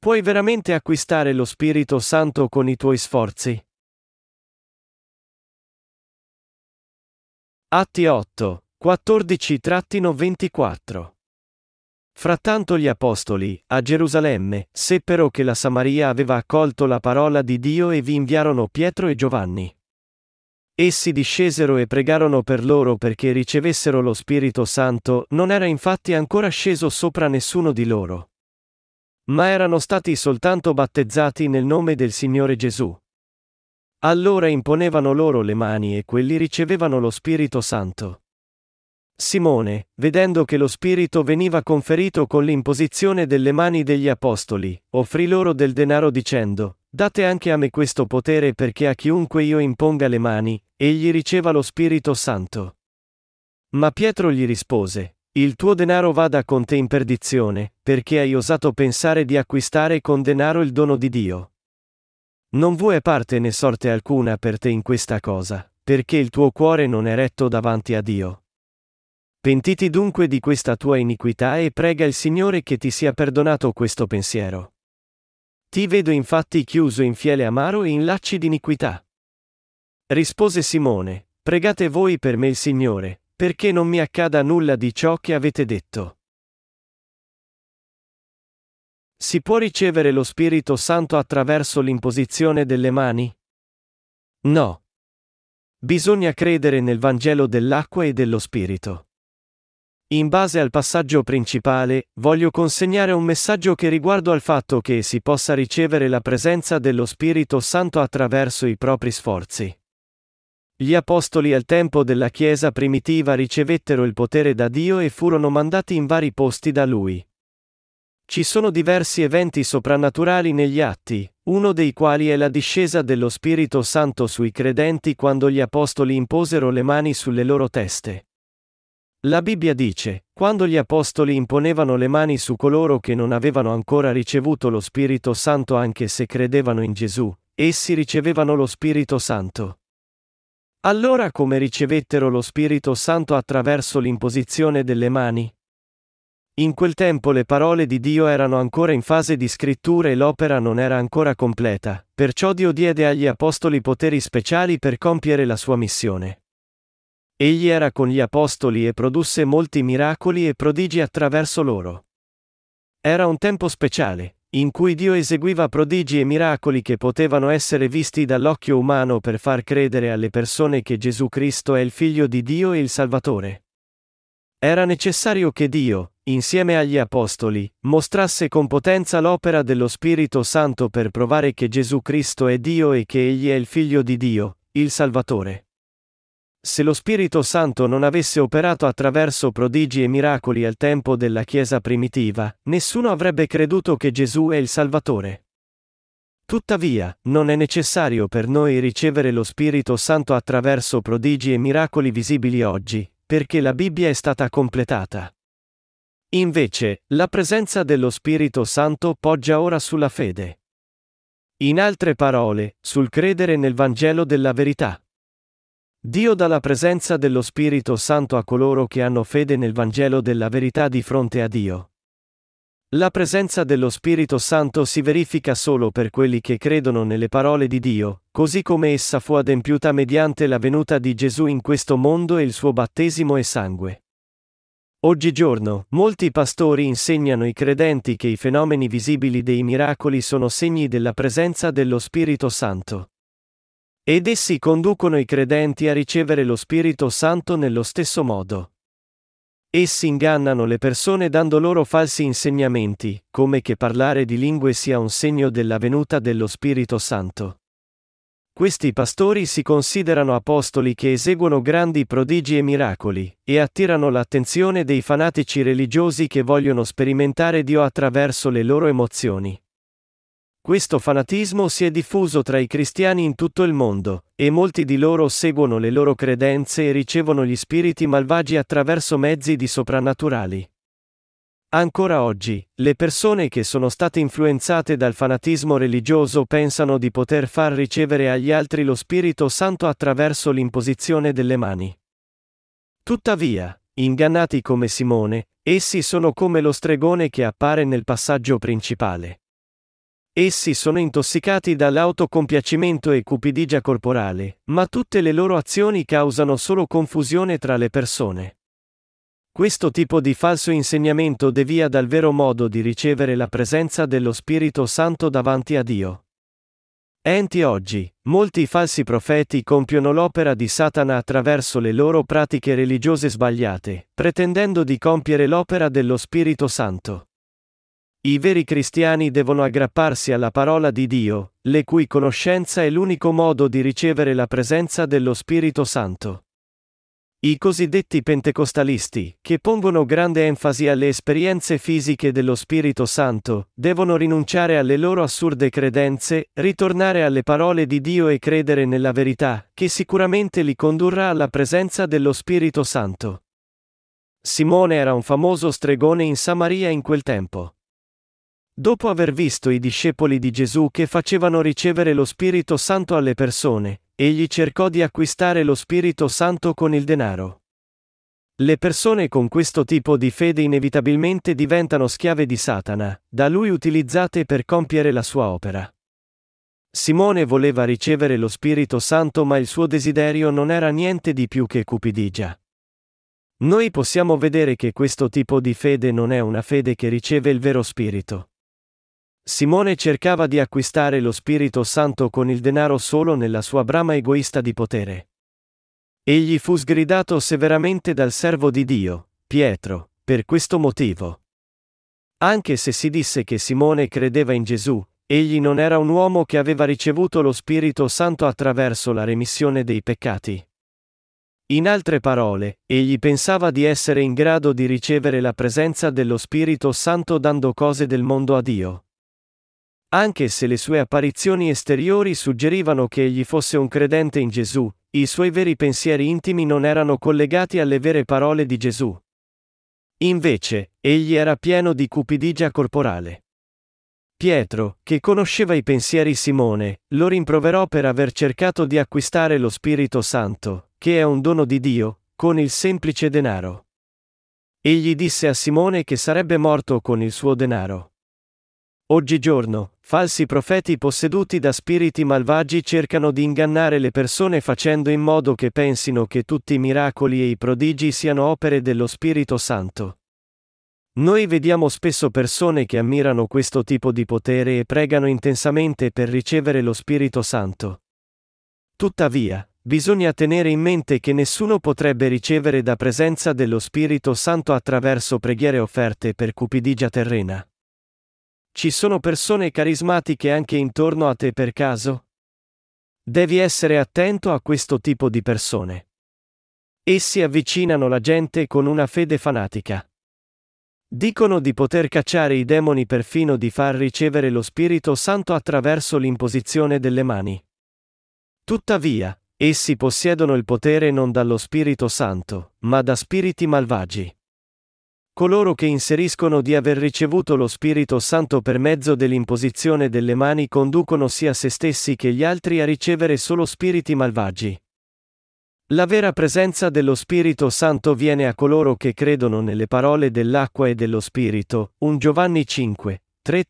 Puoi veramente acquistare lo Spirito Santo con i tuoi sforzi? Atti 8, 14-24. Frattanto gli apostoli, a Gerusalemme, seppero che la Samaria aveva accolto la parola di Dio e vi inviarono Pietro e Giovanni. Essi discesero e pregarono per loro perché ricevessero lo Spirito Santo, non era infatti ancora sceso sopra nessuno di loro. Ma erano stati soltanto battezzati nel nome del Signore Gesù. Allora imponevano loro le mani e quelli ricevevano lo Spirito Santo. Simone, vedendo che lo Spirito veniva conferito con l'imposizione delle mani degli apostoli, offrì loro del denaro dicendo: «Date anche a me questo potere perché a chiunque io imponga le mani, egli riceva lo Spirito Santo». Ma Pietro gli rispose: «Il tuo denaro vada con te in perdizione, perché hai osato pensare di acquistare con denaro il dono di Dio. Non vuoi parte né sorte alcuna per te in questa cosa, perché il tuo cuore non è retto davanti a Dio. Pentiti dunque di questa tua iniquità e prega il Signore che ti sia perdonato questo pensiero. Ti vedo infatti chiuso in fiele amaro e in lacci di iniquità». Rispose Simone: «Pregate voi per me il Signore, perché non mi accada nulla di ciò che avete detto». Si può ricevere lo Spirito Santo attraverso l'imposizione delle mani? No. Bisogna credere nel Vangelo dell'acqua e dello Spirito. In base al passaggio principale, voglio consegnare un messaggio che riguarda al fatto che si possa ricevere la presenza dello Spirito Santo attraverso i propri sforzi. Gli apostoli al tempo della Chiesa primitiva ricevettero il potere da Dio e furono mandati in vari posti da Lui. Ci sono diversi eventi soprannaturali negli Atti, uno dei quali è la discesa dello Spirito Santo sui credenti quando gli apostoli imposero le mani sulle loro teste. La Bibbia dice: «Quando gli apostoli imponevano le mani su coloro che non avevano ancora ricevuto lo Spirito Santo anche se credevano in Gesù, essi ricevevano lo Spirito Santo». Allora come ricevettero lo Spirito Santo attraverso l'imposizione delle mani? In quel tempo le parole di Dio erano ancora in fase di scrittura e l'opera non era ancora completa, perciò Dio diede agli apostoli poteri speciali per compiere la sua missione. Egli era con gli apostoli e produsse molti miracoli e prodigi attraverso loro. Era un tempo speciale, in cui Dio eseguiva prodigi e miracoli che potevano essere visti dall'occhio umano per far credere alle persone che Gesù Cristo è il Figlio di Dio e il Salvatore. Era necessario che Dio, insieme agli apostoli, mostrasse con potenza l'opera dello Spirito Santo per provare che Gesù Cristo è Dio e che Egli è il Figlio di Dio, il Salvatore. Se lo Spirito Santo non avesse operato attraverso prodigi e miracoli al tempo della Chiesa primitiva, nessuno avrebbe creduto che Gesù è il Salvatore. Tuttavia, non è necessario per noi ricevere lo Spirito Santo attraverso prodigi e miracoli visibili oggi, perché la Bibbia è stata completata. Invece, la presenza dello Spirito Santo poggia ora sulla fede. In altre parole, sul credere nel Vangelo della verità. Dio dà la presenza dello Spirito Santo a coloro che hanno fede nel Vangelo della verità di fronte a Dio. La presenza dello Spirito Santo si verifica solo per quelli che credono nelle parole di Dio, così come essa fu adempiuta mediante la venuta di Gesù in questo mondo e il suo battesimo e sangue. Oggigiorno, molti pastori insegnano ai credenti che i fenomeni visibili dei miracoli sono segni della presenza dello Spirito Santo. Ed essi conducono i credenti a ricevere lo Spirito Santo nello stesso modo. Essi ingannano le persone dando loro falsi insegnamenti, come che parlare di lingue sia un segno della venuta dello Spirito Santo. Questi pastori si considerano apostoli che eseguono grandi prodigi e miracoli, e attirano l'attenzione dei fanatici religiosi che vogliono sperimentare Dio attraverso le loro emozioni. Questo fanatismo si è diffuso tra i cristiani in tutto il mondo, e molti di loro seguono le loro credenze e ricevono gli spiriti malvagi attraverso mezzi di soprannaturali. Ancora oggi, le persone che sono state influenzate dal fanatismo religioso pensano di poter far ricevere agli altri lo Spirito Santo attraverso l'imposizione delle mani. Tuttavia, ingannati come Simone, essi sono come lo stregone che appare nel passaggio principale. Essi sono intossicati dall'autocompiacimento e cupidigia corporale, ma tutte le loro azioni causano solo confusione tra le persone. Questo tipo di falso insegnamento devia dal vero modo di ricevere la presenza dello Spirito Santo davanti a Dio. Enti oggi, molti falsi profeti compiono l'opera di Satana attraverso le loro pratiche religiose sbagliate, pretendendo di compiere l'opera dello Spirito Santo. I veri cristiani devono aggrapparsi alla parola di Dio, le cui conoscenza è l'unico modo di ricevere la presenza dello Spirito Santo. I cosiddetti pentecostalisti, che pongono grande enfasi alle esperienze fisiche dello Spirito Santo, devono rinunciare alle loro assurde credenze, ritornare alle parole di Dio e credere nella verità, che sicuramente li condurrà alla presenza dello Spirito Santo. Simone era un famoso stregone in Samaria in quel tempo. Dopo aver visto i discepoli di Gesù che facevano ricevere lo Spirito Santo alle persone, egli cercò di acquistare lo Spirito Santo con il denaro. Le persone con questo tipo di fede inevitabilmente diventano schiave di Satana, da lui utilizzate per compiere la sua opera. Simone voleva ricevere lo Spirito Santo, ma il suo desiderio non era niente di più che cupidigia. Noi possiamo vedere che questo tipo di fede non è una fede che riceve il vero Spirito. Simone cercava di acquistare lo Spirito Santo con il denaro solo nella sua brama egoista di potere. Egli fu sgridato severamente dal servo di Dio, Pietro, per questo motivo. Anche se si disse che Simone credeva in Gesù, egli non era un uomo che aveva ricevuto lo Spirito Santo attraverso la remissione dei peccati. In altre parole, egli pensava di essere in grado di ricevere la presenza dello Spirito Santo dando cose del mondo a Dio. Anche se le sue apparizioni esteriori suggerivano che egli fosse un credente in Gesù, i suoi veri pensieri intimi non erano collegati alle vere parole di Gesù. Invece, egli era pieno di cupidigia corporale. Pietro, che conosceva i pensieri Simone, lo rimproverò per aver cercato di acquistare lo Spirito Santo, che è un dono di Dio, con il semplice denaro. Egli disse a Simone che sarebbe morto con il suo denaro. Oggigiorno, falsi profeti posseduti da spiriti malvagi cercano di ingannare le persone facendo in modo che pensino che tutti i miracoli e i prodigi siano opere dello Spirito Santo. Noi vediamo spesso persone che ammirano questo tipo di potere e pregano intensamente per ricevere lo Spirito Santo. Tuttavia, bisogna tenere in mente che nessuno potrebbe ricevere da presenza dello Spirito Santo attraverso preghiere offerte per cupidigia terrena. Ci sono persone carismatiche anche intorno a te per caso? Devi essere attento a questo tipo di persone. Essi avvicinano la gente con una fede fanatica. Dicono di poter cacciare i demoni perfino di far ricevere lo Spirito Santo attraverso l'imposizione delle mani. Tuttavia, essi possiedono il potere non dallo Spirito Santo, ma da spiriti malvagi. Coloro che inseriscono di aver ricevuto lo Spirito Santo per mezzo dell'imposizione delle mani conducono sia se stessi che gli altri a ricevere solo spiriti malvagi. La vera presenza dello Spirito Santo viene a coloro che credono nelle parole dell'acqua e dello Spirito, 1 Giovanni 5,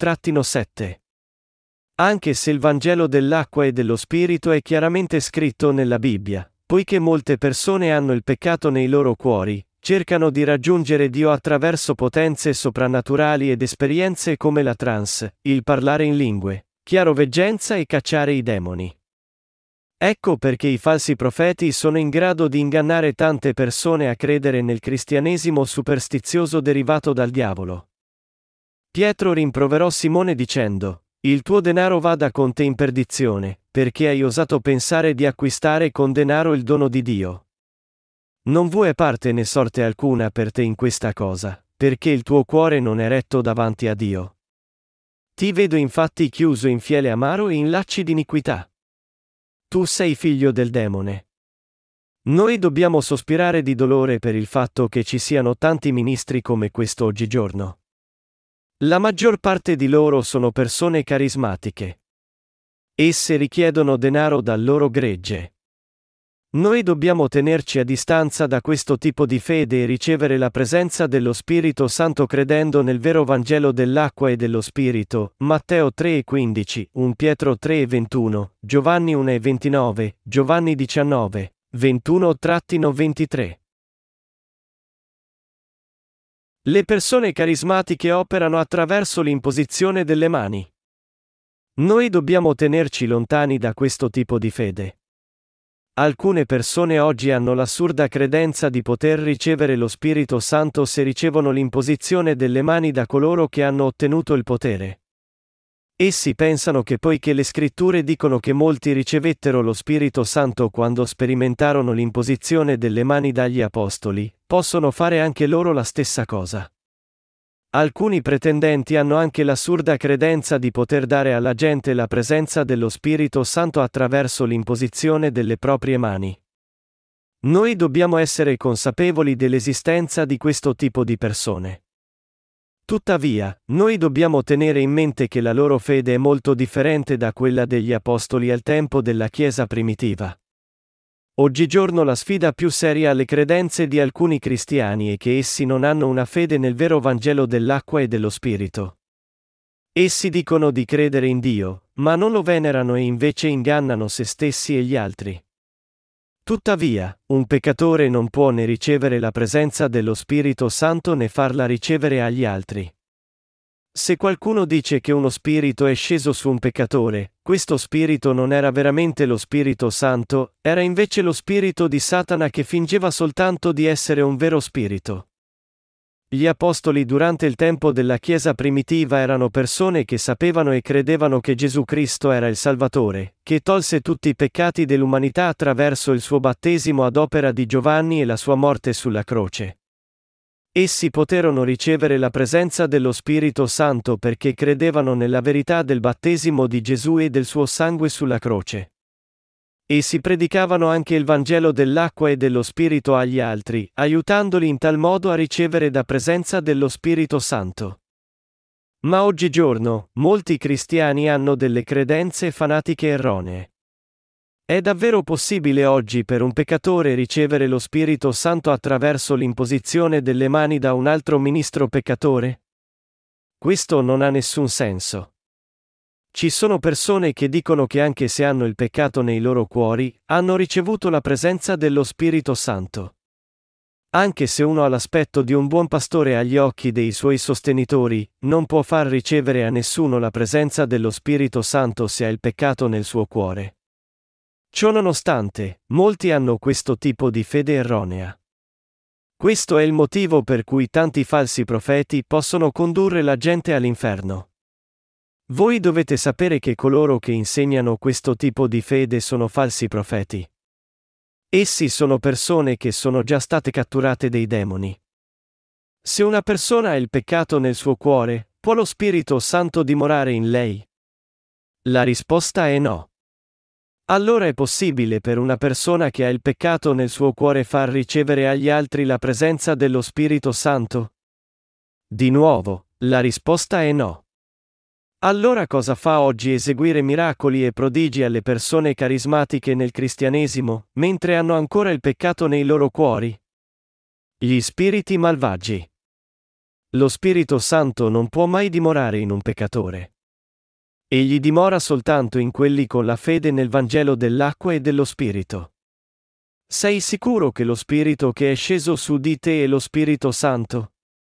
3-7. Anche se il Vangelo dell'acqua e dello Spirito è chiaramente scritto nella Bibbia, poiché molte persone hanno il peccato nei loro cuori, cercano di raggiungere Dio attraverso potenze soprannaturali ed esperienze come la trance, il parlare in lingue, chiaroveggenza e cacciare i demoni. Ecco perché i falsi profeti sono in grado di ingannare tante persone a credere nel cristianesimo superstizioso derivato dal diavolo. Pietro rimproverò Simone dicendo: «Il tuo denaro vada con te in perdizione, perché hai osato pensare di acquistare con denaro il dono di Dio. Non vuoi parte né sorte alcuna per te in questa cosa, perché il tuo cuore non è retto davanti a Dio. Ti vedo infatti chiuso in fiele amaro e in lacci di iniquità. Tu sei figlio del demone». Noi dobbiamo sospirare di dolore per il fatto che ci siano tanti ministri come questo oggigiorno. La maggior parte di loro sono persone carismatiche. Esse richiedono denaro dal loro gregge. Noi dobbiamo tenerci a distanza da questo tipo di fede e ricevere la presenza dello Spirito Santo credendo nel vero Vangelo dell'acqua e dello Spirito, Matteo 3,15, 1 Pietro 3,21, Giovanni 1,29, Giovanni 19, 21-23. Le persone carismatiche operano attraverso l'imposizione delle mani. Noi dobbiamo tenerci lontani da questo tipo di fede. Alcune persone oggi hanno l'assurda credenza di poter ricevere lo Spirito Santo se ricevono l'imposizione delle mani da coloro che hanno ottenuto il potere. Essi pensano che poiché le Scritture dicono che molti ricevettero lo Spirito Santo quando sperimentarono l'imposizione delle mani dagli Apostoli, possono fare anche loro la stessa cosa. Alcuni pretendenti hanno anche l'assurda credenza di poter dare alla gente la presenza dello Spirito Santo attraverso l'imposizione delle proprie mani. Noi dobbiamo essere consapevoli dell'esistenza di questo tipo di persone. Tuttavia, noi dobbiamo tenere in mente che la loro fede è molto differente da quella degli Apostoli al tempo della Chiesa primitiva. Oggigiorno la sfida più seria alle credenze di alcuni cristiani è che essi non hanno una fede nel vero Vangelo dell'acqua e dello Spirito. Essi dicono di credere in Dio, ma non lo venerano e invece ingannano se stessi e gli altri. Tuttavia, un peccatore non può né ricevere la presenza dello Spirito Santo né farla ricevere agli altri. Se qualcuno dice che uno spirito è sceso su un peccatore, questo spirito non era veramente lo Spirito Santo, era invece lo spirito di Satana che fingeva soltanto di essere un vero spirito. Gli apostoli durante il tempo della Chiesa primitiva erano persone che sapevano e credevano che Gesù Cristo era il Salvatore, che tolse tutti i peccati dell'umanità attraverso il suo battesimo ad opera di Giovanni e la sua morte sulla croce. Essi poterono ricevere la presenza dello Spirito Santo perché credevano nella verità del battesimo di Gesù e del suo sangue sulla croce. Essi predicavano anche il Vangelo dell'acqua e dello Spirito agli altri, aiutandoli in tal modo a ricevere la presenza dello Spirito Santo. Ma oggigiorno, molti cristiani hanno delle credenze fanatiche erronee. È davvero possibile oggi per un peccatore ricevere lo Spirito Santo attraverso l'imposizione delle mani da un altro ministro peccatore? Questo non ha nessun senso. Ci sono persone che dicono che anche se hanno il peccato nei loro cuori, hanno ricevuto la presenza dello Spirito Santo. Anche se uno ha l'aspetto di un buon pastore agli occhi dei suoi sostenitori, non può far ricevere a nessuno la presenza dello Spirito Santo se ha il peccato nel suo cuore. Ciononostante, molti hanno questo tipo di fede erronea. Questo è il motivo per cui tanti falsi profeti possono condurre la gente all'inferno. Voi dovete sapere che coloro che insegnano questo tipo di fede sono falsi profeti. Essi sono persone che sono già state catturate dai demoni. Se una persona ha il peccato nel suo cuore, può lo Spirito Santo dimorare in lei? La risposta è no. Allora è possibile per una persona che ha il peccato nel suo cuore far ricevere agli altri la presenza dello Spirito Santo? Di nuovo, la risposta è no. Allora cosa fa oggi eseguire miracoli e prodigi alle persone carismatiche nel cristianesimo, mentre hanno ancora il peccato nei loro cuori? Gli spiriti malvagi. Lo Spirito Santo non può mai dimorare in un peccatore. Egli dimora soltanto in quelli con la fede nel Vangelo dell'acqua e dello Spirito. Sei sicuro che lo Spirito che è sceso su di te è lo Spirito Santo?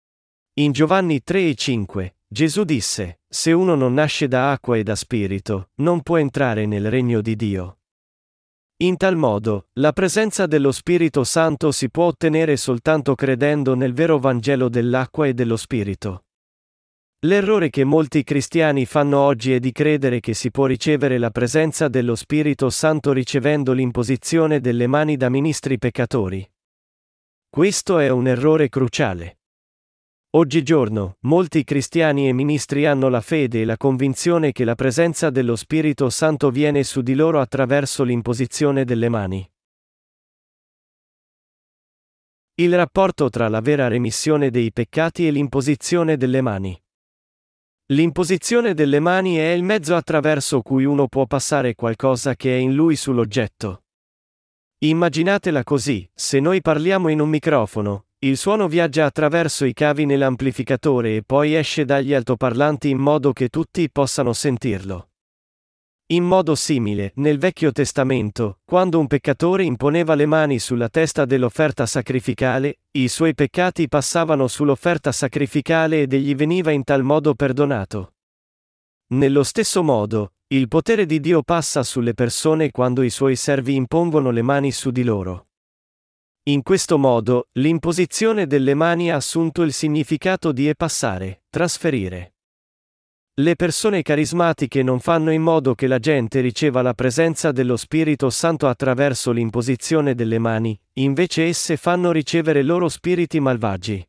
In Giovanni 3,5, Gesù disse: Se uno non nasce da acqua e da Spirito, non può entrare nel regno di Dio. In tal modo, la presenza dello Spirito Santo si può ottenere soltanto credendo nel vero Vangelo dell'acqua e dello Spirito. L'errore che molti cristiani fanno oggi è di credere che si può ricevere la presenza dello Spirito Santo ricevendo l'imposizione delle mani da ministri peccatori. Questo è un errore cruciale. Oggigiorno, molti cristiani e ministri hanno la fede e la convinzione che la presenza dello Spirito Santo viene su di loro attraverso l'imposizione delle mani. Il rapporto tra la vera remissione dei peccati e l'imposizione delle mani. L'imposizione delle mani è il mezzo attraverso cui uno può passare qualcosa che è in lui sull'oggetto. Immaginatela così: se noi parliamo in un microfono, il suono viaggia attraverso i cavi nell'amplificatore e poi esce dagli altoparlanti in modo che tutti possano sentirlo. In modo simile, nel Vecchio Testamento, quando un peccatore imponeva le mani sulla testa dell'offerta sacrificale, i suoi peccati passavano sull'offerta sacrificale ed egli veniva in tal modo perdonato. Nello stesso modo, il potere di Dio passa sulle persone quando i suoi servi impongono le mani su di loro. In questo modo, l'imposizione delle mani ha assunto il significato di passare, trasferire. Le persone carismatiche non fanno in modo che la gente riceva la presenza dello Spirito Santo attraverso l'imposizione delle mani, invece esse fanno ricevere loro spiriti malvagi.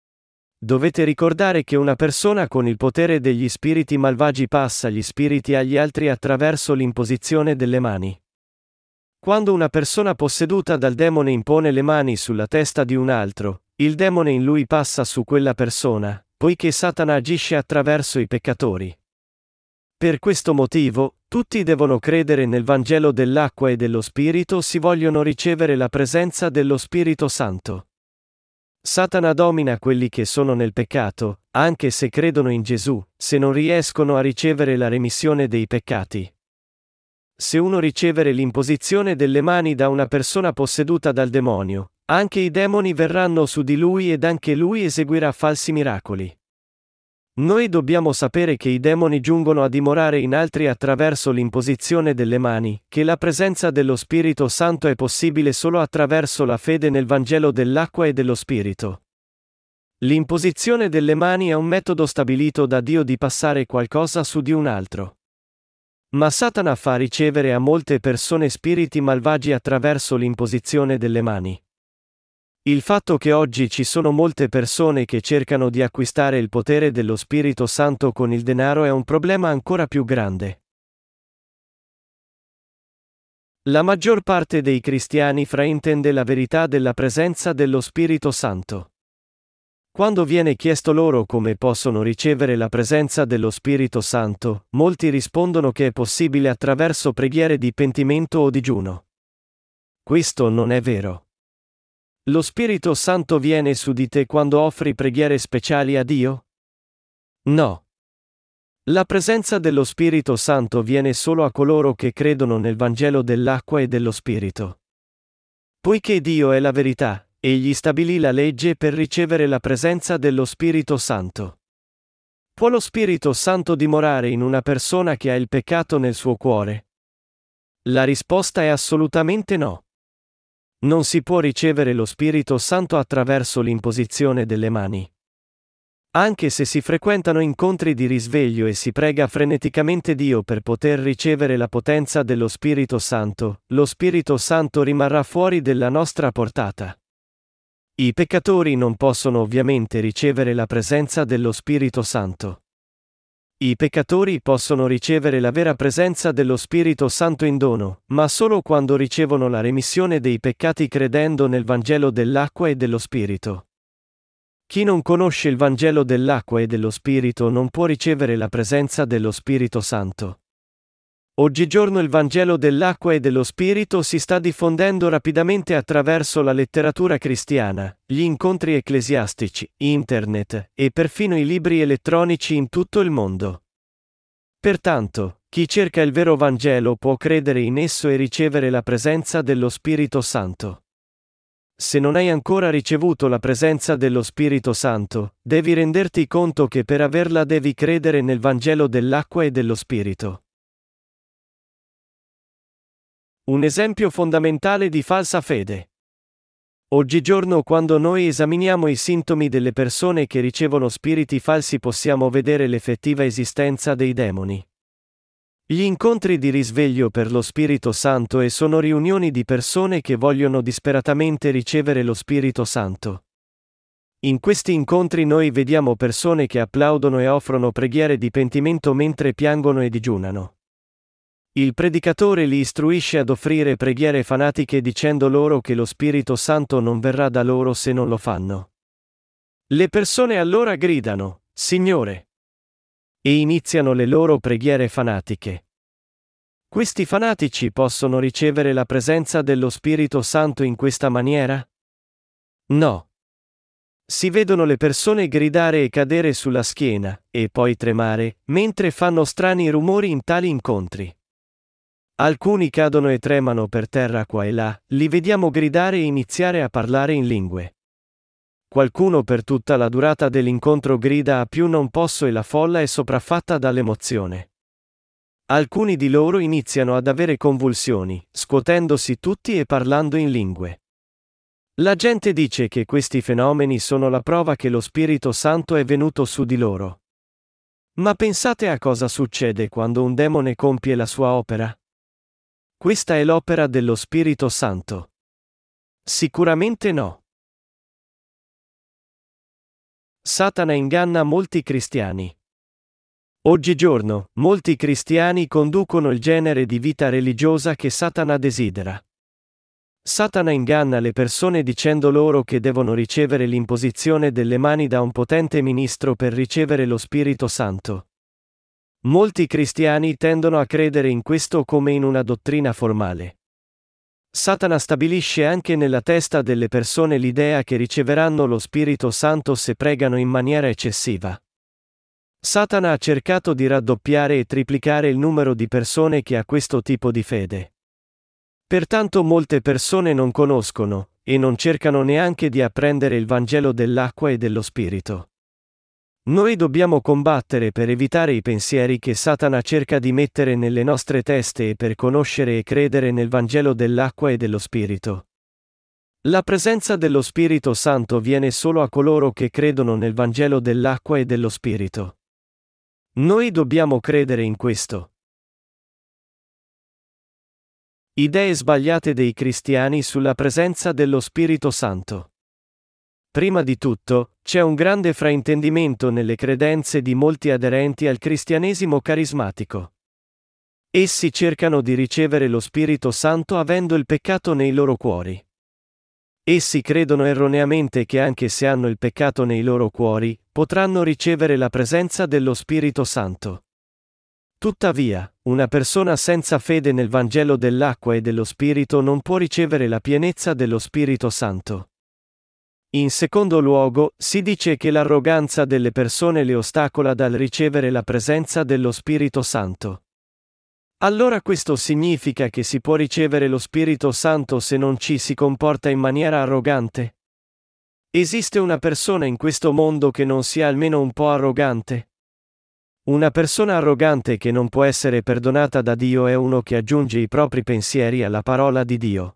Dovete ricordare che una persona con il potere degli spiriti malvagi passa gli spiriti agli altri attraverso l'imposizione delle mani. Quando una persona posseduta dal demone impone le mani sulla testa di un altro, il demone in lui passa su quella persona, poiché Satana agisce attraverso i peccatori. Per questo motivo, tutti devono credere nel Vangelo dell'acqua e dello Spirito se vogliono ricevere la presenza dello Spirito Santo. Satana domina quelli che sono nel peccato, anche se credono in Gesù, se non riescono a ricevere la remissione dei peccati. Se uno ricevere l'imposizione delle mani da una persona posseduta dal demonio, anche i demoni verranno su di lui ed anche lui eseguirà falsi miracoli. Noi dobbiamo sapere che i demoni giungono a dimorare in altri attraverso l'imposizione delle mani, che la presenza dello Spirito Santo è possibile solo attraverso la fede nel Vangelo dell'acqua e dello Spirito. L'imposizione delle mani è un metodo stabilito da Dio di passare qualcosa su di un altro. Ma Satana fa ricevere a molte persone spiriti malvagi attraverso l'imposizione delle mani. Il fatto che oggi ci sono molte persone che cercano di acquistare il potere dello Spirito Santo con il denaro è un problema ancora più grande. La maggior parte dei cristiani fraintende la verità della presenza dello Spirito Santo. Quando viene chiesto loro come possono ricevere la presenza dello Spirito Santo, molti rispondono che è possibile attraverso preghiere di pentimento o digiuno. Questo non è vero. Lo Spirito Santo viene su di te quando offri preghiere speciali a Dio? No. La presenza dello Spirito Santo viene solo a coloro che credono nel Vangelo dell'acqua e dello Spirito. Poiché Dio è la verità, egli stabilì la legge per ricevere la presenza dello Spirito Santo. Può lo Spirito Santo dimorare in una persona che ha il peccato nel suo cuore? La risposta è assolutamente no. Non si può ricevere lo Spirito Santo attraverso l'imposizione delle mani. Anche se si frequentano incontri di risveglio e si prega freneticamente Dio per poter ricevere la potenza dello Spirito Santo, lo Spirito Santo rimarrà fuori della nostra portata. I peccatori non possono ovviamente ricevere la presenza dello Spirito Santo. I peccatori possono ricevere la vera presenza dello Spirito Santo in dono, ma solo quando ricevono la remissione dei peccati credendo nel Vangelo dell'acqua e dello Spirito. Chi non conosce il Vangelo dell'acqua e dello Spirito non può ricevere la presenza dello Spirito Santo. Oggigiorno il Vangelo dell'acqua e dello Spirito si sta diffondendo rapidamente attraverso la letteratura cristiana, gli incontri ecclesiastici, internet, e perfino i libri elettronici in tutto il mondo. Pertanto, chi cerca il vero Vangelo può credere in esso e ricevere la presenza dello Spirito Santo. Se non hai ancora ricevuto la presenza dello Spirito Santo, devi renderti conto che per averla devi credere nel Vangelo dell'acqua e dello Spirito. Un esempio fondamentale di falsa fede. Oggigiorno quando noi esaminiamo i sintomi delle persone che ricevono spiriti falsi possiamo vedere l'effettiva esistenza dei demoni. Gli incontri di risveglio per lo Spirito Santo sono riunioni di persone che vogliono disperatamente ricevere lo Spirito Santo. In questi incontri noi vediamo persone che applaudono e offrono preghiere di pentimento mentre piangono e digiunano. Il predicatore li istruisce ad offrire preghiere fanatiche dicendo loro che lo Spirito Santo non verrà da loro se non lo fanno. Le persone allora gridano, Signore! E iniziano le loro preghiere fanatiche. Questi fanatici possono ricevere la presenza dello Spirito Santo in questa maniera? No. Si vedono le persone gridare e cadere sulla schiena, e poi tremare, mentre fanno strani rumori in tali incontri. Alcuni cadono e tremano per terra qua e là, li vediamo gridare e iniziare a parlare in lingue. Qualcuno per tutta la durata dell'incontro grida a più non posso e la folla è sopraffatta dall'emozione. Alcuni di loro iniziano ad avere convulsioni, scuotendosi tutti e parlando in lingue. La gente dice che questi fenomeni sono la prova che lo Spirito Santo è venuto su di loro. Ma pensate a cosa succede quando un demone compie la sua opera? Questa è l'opera dello Spirito Santo. Sicuramente no. Satana inganna molti cristiani. Oggigiorno, molti cristiani conducono il genere di vita religiosa che Satana desidera. Satana inganna le persone dicendo loro che devono ricevere l'imposizione delle mani da un potente ministro per ricevere lo Spirito Santo. Molti cristiani tendono a credere in questo come in una dottrina formale. Satana stabilisce anche nella testa delle persone l'idea che riceveranno lo Spirito Santo se pregano in maniera eccessiva. Satana ha cercato di raddoppiare e triplicare il numero di persone che ha questo tipo di fede. Pertanto molte persone non conoscono, e non cercano neanche di apprendere il Vangelo dell'acqua e dello Spirito. Noi dobbiamo combattere per evitare i pensieri che Satana cerca di mettere nelle nostre teste e per conoscere e credere nel Vangelo dell'acqua e dello Spirito. La presenza dello Spirito Santo viene solo a coloro che credono nel Vangelo dell'acqua e dello Spirito. Noi dobbiamo credere in questo. Idee sbagliate dei cristiani sulla presenza dello Spirito Santo. Prima di tutto, c'è un grande fraintendimento nelle credenze di molti aderenti al cristianesimo carismatico. Essi cercano di ricevere lo Spirito Santo avendo il peccato nei loro cuori. Essi credono erroneamente che anche se hanno il peccato nei loro cuori, potranno ricevere la presenza dello Spirito Santo. Tuttavia, una persona senza fede nel Vangelo dell'acqua e dello Spirito non può ricevere la pienezza dello Spirito Santo. In secondo luogo, si dice che l'arroganza delle persone le ostacola dal ricevere la presenza dello Spirito Santo. Allora questo significa che si può ricevere lo Spirito Santo se non ci si comporta in maniera arrogante? Esiste una persona in questo mondo che non sia almeno un po' arrogante? Una persona arrogante che non può essere perdonata da Dio è uno che aggiunge i propri pensieri alla parola di Dio.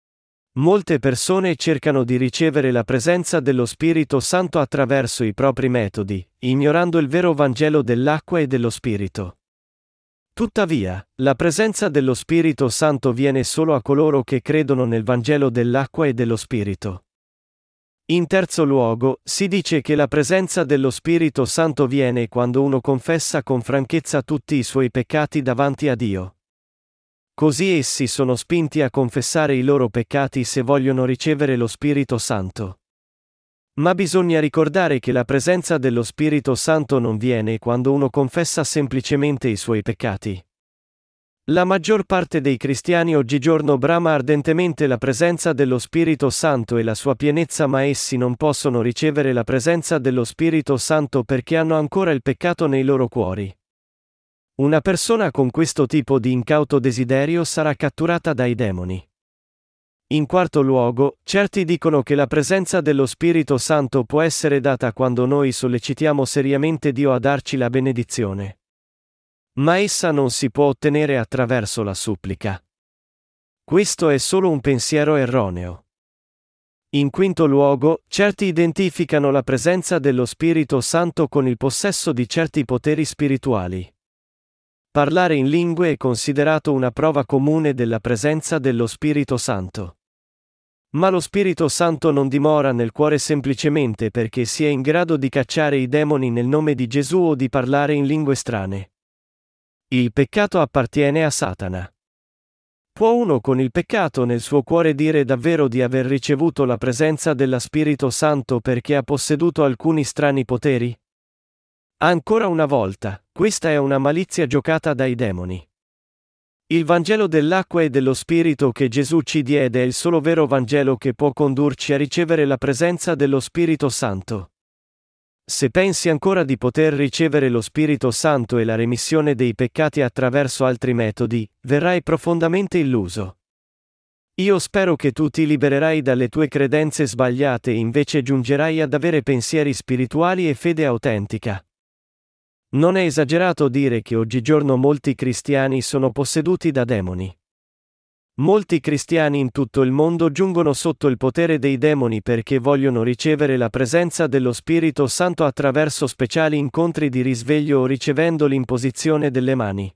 Molte persone cercano di ricevere la presenza dello Spirito Santo attraverso i propri metodi, ignorando il vero Vangelo dell'acqua e dello Spirito. Tuttavia, la presenza dello Spirito Santo viene solo a coloro che credono nel Vangelo dell'acqua e dello Spirito. In terzo luogo, si dice che la presenza dello Spirito Santo viene quando uno confessa con franchezza tutti i suoi peccati davanti a Dio. Così essi sono spinti a confessare i loro peccati se vogliono ricevere lo Spirito Santo. Ma bisogna ricordare che la presenza dello Spirito Santo non viene quando uno confessa semplicemente i suoi peccati. La maggior parte dei cristiani oggigiorno brama ardentemente la presenza dello Spirito Santo e la sua pienezza, ma essi non possono ricevere la presenza dello Spirito Santo perché hanno ancora il peccato nei loro cuori. Una persona con questo tipo di incauto desiderio sarà catturata dai demoni. In quarto luogo, certi dicono che la presenza dello Spirito Santo può essere data quando noi sollecitiamo seriamente Dio a darci la benedizione. Ma essa non si può ottenere attraverso la supplica. Questo è solo un pensiero erroneo. In quinto luogo, certi identificano la presenza dello Spirito Santo con il possesso di certi poteri spirituali. Parlare in lingue è considerato una prova comune della presenza dello Spirito Santo. Ma lo Spirito Santo non dimora nel cuore semplicemente perché si è in grado di cacciare i demoni nel nome di Gesù o di parlare in lingue strane. Il peccato appartiene a Satana. Può uno con il peccato nel suo cuore dire davvero di aver ricevuto la presenza dello Spirito Santo perché ha posseduto alcuni strani poteri? Ancora una volta, questa è una malizia giocata dai demoni. Il Vangelo dell'acqua e dello Spirito che Gesù ci diede è il solo vero Vangelo che può condurci a ricevere la presenza dello Spirito Santo. Se pensi ancora di poter ricevere lo Spirito Santo e la remissione dei peccati attraverso altri metodi, verrai profondamente illuso. Io spero che tu ti libererai dalle tue credenze sbagliate e invece giungerai ad avere pensieri spirituali e fede autentica. Non è esagerato dire che oggigiorno molti cristiani sono posseduti da demoni. Molti cristiani in tutto il mondo giungono sotto il potere dei demoni perché vogliono ricevere la presenza dello Spirito Santo attraverso speciali incontri di risveglio o ricevendo l'imposizione delle mani.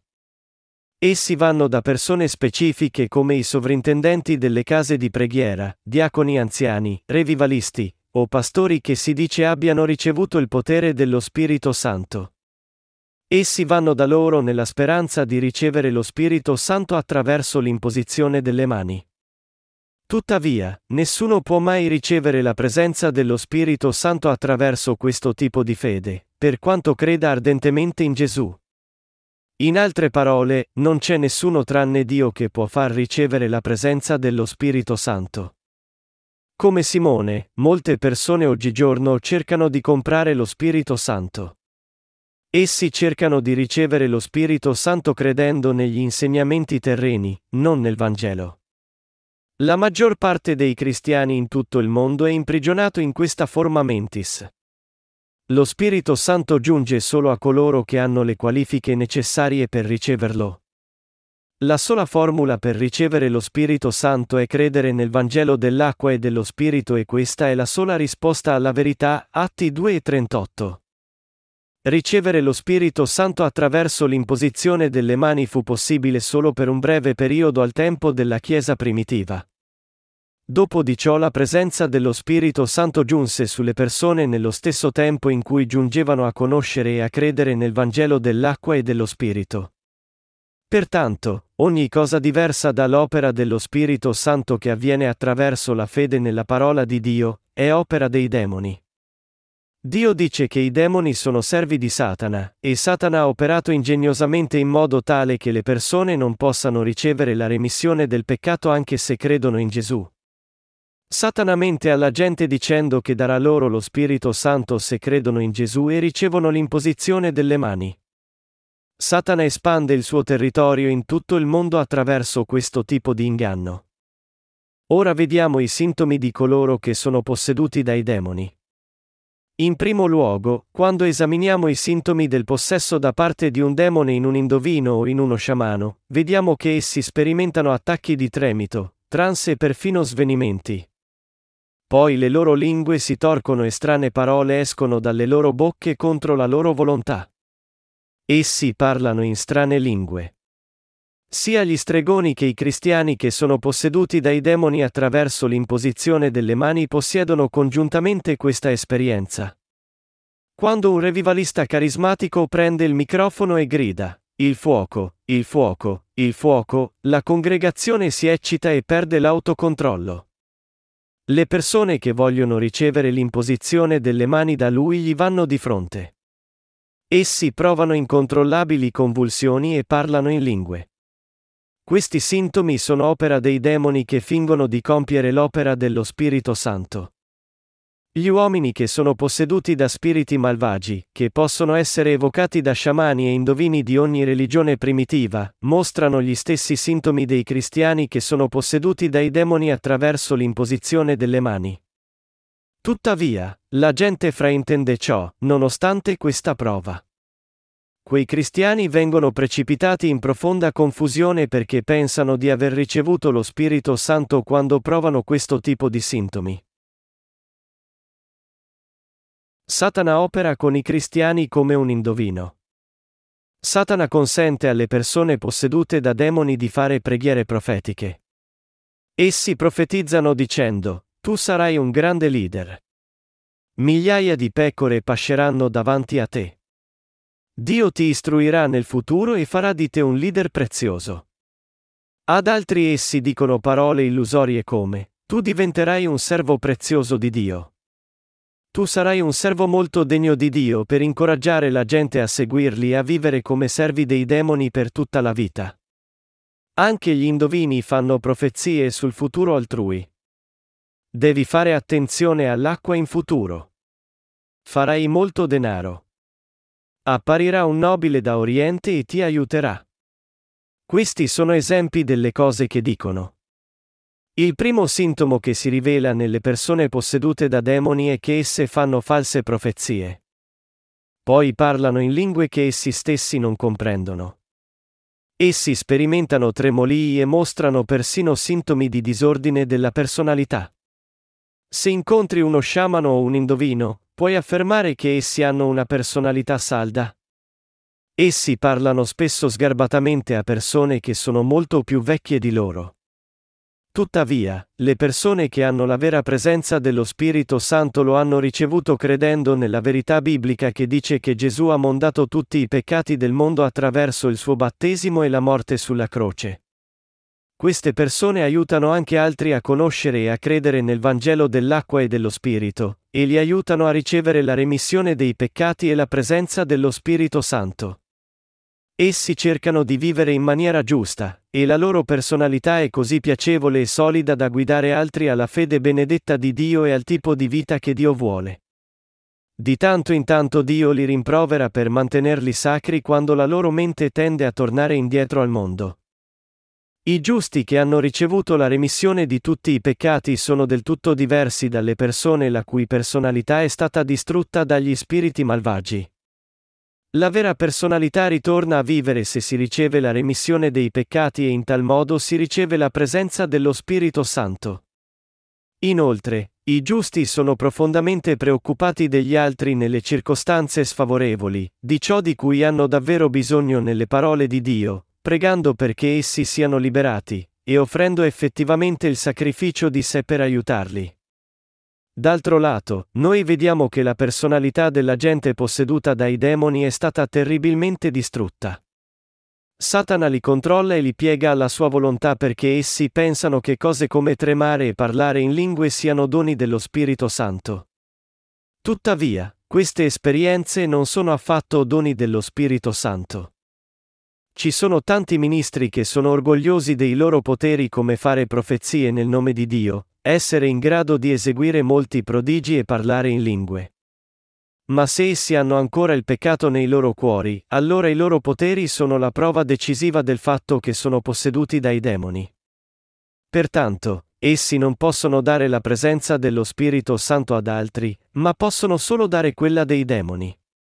Essi vanno da persone specifiche come i sovrintendenti delle case di preghiera, diaconi anziani, revivalisti, o pastori che si dice abbiano ricevuto il potere dello Spirito Santo. Essi vanno da loro nella speranza di ricevere lo Spirito Santo attraverso l'imposizione delle mani. Tuttavia, nessuno può mai ricevere la presenza dello Spirito Santo attraverso questo tipo di fede, per quanto creda ardentemente in Gesù. In altre parole, non c'è nessuno tranne Dio che può far ricevere la presenza dello Spirito Santo. Come Simone, molte persone oggigiorno cercano di comprare lo Spirito Santo. Essi cercano di ricevere lo Spirito Santo credendo negli insegnamenti terreni, non nel Vangelo. La maggior parte dei cristiani in tutto il mondo è imprigionato in questa forma mentis. Lo Spirito Santo giunge solo a coloro che hanno le qualifiche necessarie per riceverlo. La sola formula per ricevere lo Spirito Santo è credere nel Vangelo dell'acqua e dello Spirito e questa è la sola risposta alla verità, Atti 2:38. Ricevere lo Spirito Santo attraverso l'imposizione delle mani fu possibile solo per un breve periodo al tempo della Chiesa primitiva. Dopo di ciò la presenza dello Spirito Santo giunse sulle persone nello stesso tempo in cui giungevano a conoscere e a credere nel Vangelo dell'acqua e dello Spirito. Pertanto, ogni cosa diversa dall'opera dello Spirito Santo che avviene attraverso la fede nella parola di Dio, è opera dei demoni. Dio dice che i demoni sono servi di Satana, e Satana ha operato ingegnosamente in modo tale che le persone non possano ricevere la remissione del peccato anche se credono in Gesù. Satana mente alla gente dicendo che darà loro lo Spirito Santo se credono in Gesù e ricevono l'imposizione delle mani. Satana espande il suo territorio in tutto il mondo attraverso questo tipo di inganno. Ora vediamo i sintomi di coloro che sono posseduti dai demoni. In primo luogo, quando esaminiamo i sintomi del possesso da parte di un demone in un indovino o in uno sciamano, vediamo che essi sperimentano attacchi di tremito, trance e perfino svenimenti. Poi le loro lingue si torcono e strane parole escono dalle loro bocche contro la loro volontà. Essi parlano in strane lingue. Sia gli stregoni che i cristiani che sono posseduti dai demoni attraverso l'imposizione delle mani possiedono congiuntamente questa esperienza. Quando un revivalista carismatico prende il microfono e grida, "Il fuoco, il fuoco, il fuoco", la congregazione si eccita e perde l'autocontrollo. Le persone che vogliono ricevere l'imposizione delle mani da lui gli vanno di fronte. Essi provano incontrollabili convulsioni e parlano in lingue. Questi sintomi sono opera dei demoni che fingono di compiere l'opera dello Spirito Santo. Gli uomini che sono posseduti da spiriti malvagi, che possono essere evocati da sciamani e indovini di ogni religione primitiva, mostrano gli stessi sintomi dei cristiani che sono posseduti dai demoni attraverso l'imposizione delle mani. Tuttavia, la gente fraintende ciò, nonostante questa prova. Quei cristiani vengono precipitati in profonda confusione perché pensano di aver ricevuto lo Spirito Santo quando provano questo tipo di sintomi. Satana opera con i cristiani come un indovino. Satana consente alle persone possedute da demoni di fare preghiere profetiche. Essi profetizzano dicendo, "Tu sarai un grande leader. Migliaia di pecore pasceranno davanti a te. Dio ti istruirà nel futuro e farà di te un leader prezioso." Ad altri essi dicono parole illusorie come, "Tu diventerai un servo prezioso di Dio. Tu sarai un servo molto degno di Dio" per incoraggiare la gente a seguirli e a vivere come servi dei demoni per tutta la vita. Anche gli indovini fanno profezie sul futuro altrui. Devi fare attenzione all'acqua in futuro. Farai molto denaro. Apparirà un nobile da Oriente e ti aiuterà. Questi sono esempi delle cose che dicono. Il primo sintomo che si rivela nelle persone possedute da demoni è che esse fanno false profezie. Poi parlano in lingue che essi stessi non comprendono. Essi sperimentano tremolii e mostrano persino sintomi di disordine della personalità. Se incontri uno sciamano o un indovino, puoi affermare che essi hanno una personalità salda? Essi parlano spesso sgarbatamente a persone che sono molto più vecchie di loro. Tuttavia, le persone che hanno la vera presenza dello Spirito Santo lo hanno ricevuto credendo nella verità biblica che dice che Gesù ha mondato tutti i peccati del mondo attraverso il suo battesimo e la morte sulla croce. Queste persone aiutano anche altri a conoscere e a credere nel Vangelo dell'acqua e dello Spirito, e li aiutano a ricevere la remissione dei peccati e la presenza dello Spirito Santo. Essi cercano di vivere in maniera giusta, e la loro personalità è così piacevole e solida da guidare altri alla fede benedetta di Dio e al tipo di vita che Dio vuole. Di tanto in tanto Dio li rimprovera per mantenerli sacri quando la loro mente tende a tornare indietro al mondo. I giusti che hanno ricevuto la remissione di tutti i peccati sono del tutto diversi dalle persone la cui personalità è stata distrutta dagli spiriti malvagi. La vera personalità ritorna a vivere se si riceve la remissione dei peccati e in tal modo si riceve la presenza dello Spirito Santo. Inoltre, i giusti sono profondamente preoccupati degli altri nelle circostanze sfavorevoli, di ciò di cui hanno davvero bisogno nelle parole di Dio, pregando perché essi siano liberati, e offrendo effettivamente il sacrificio di sé per aiutarli. D'altro lato, noi vediamo che la personalità della gente posseduta dai demoni è stata terribilmente distrutta. Satana li controlla e li piega alla sua volontà perché essi pensano che cose come tremare e parlare in lingue siano doni dello Spirito Santo. Tuttavia, queste esperienze non sono affatto doni dello Spirito Santo. Ci sono tanti ministri che sono orgogliosi dei loro poteri come fare profezie nel nome di Dio, essere in grado di eseguire molti prodigi e parlare in lingue. Ma se essi hanno ancora il peccato nei loro cuori, allora i loro poteri sono la prova decisiva del fatto che sono posseduti dai demoni. Pertanto, essi non possono dare la presenza dello Spirito Santo ad altri, ma possono solo dare quella dei demoni.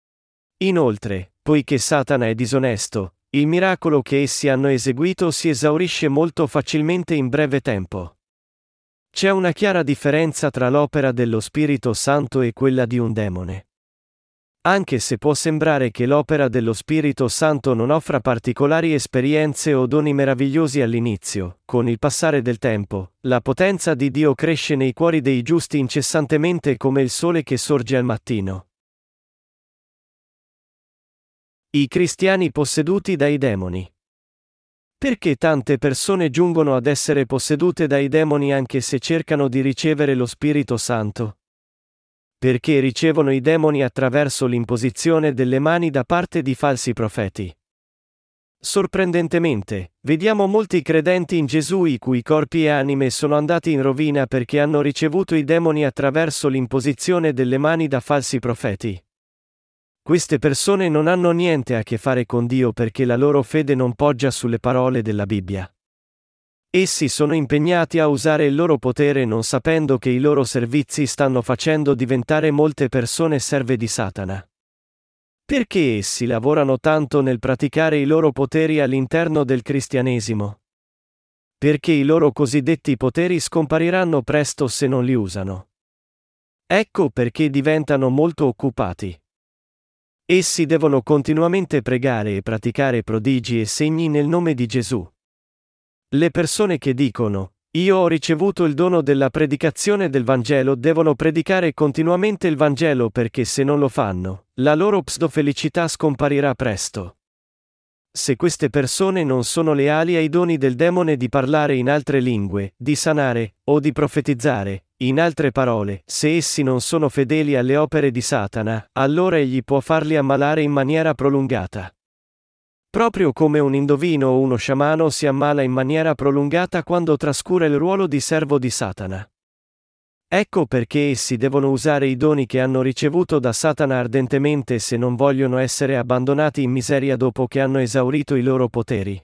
Inoltre, poiché Satana è disonesto, il miracolo che essi hanno eseguito si esaurisce molto facilmente in breve tempo. C'è una chiara differenza tra l'opera dello Spirito Santo e quella di un demone. Anche se può sembrare che l'opera dello Spirito Santo non offra particolari esperienze o doni meravigliosi all'inizio, con il passare del tempo, la potenza di Dio cresce nei cuori dei giusti incessantemente come il sole che sorge al mattino. I cristiani posseduti dai demoni. Perché tante persone giungono ad essere possedute dai demoni anche se cercano di ricevere lo Spirito Santo? Perché ricevono i demoni attraverso l'imposizione delle mani da parte di falsi profeti. Sorprendentemente, vediamo molti credenti in Gesù i cui corpi e anime sono andati in rovina perché hanno ricevuto i demoni attraverso l'imposizione delle mani da falsi profeti. Queste persone non hanno niente a che fare con Dio perché la loro fede non poggia sulle parole della Bibbia. Essi sono impegnati a usare il loro potere non sapendo che i loro servizi stanno facendo diventare molte persone serve di Satana. Perché essi lavorano tanto nel praticare i loro poteri all'interno del cristianesimo? Perché i loro cosiddetti poteri scompariranno presto se non li usano. Ecco perché diventano molto occupati. Essi devono continuamente pregare e praticare prodigi e segni nel nome di Gesù. Le persone che dicono, "Io ho ricevuto il dono della predicazione del Vangelo" devono predicare continuamente il Vangelo perché se non lo fanno, la loro pseudo-felicità scomparirà presto. Se queste persone non sono leali ai doni del demone di parlare in altre lingue, di sanare, o di profetizzare, in altre parole, se essi non sono fedeli alle opere di Satana, allora egli può farli ammalare in maniera prolungata. Proprio come un indovino o uno sciamano si ammala in maniera prolungata quando trascura il ruolo di servo di Satana. Ecco perché essi devono usare i doni che hanno ricevuto da Satana ardentemente se non vogliono essere abbandonati in miseria dopo che hanno esaurito i loro poteri.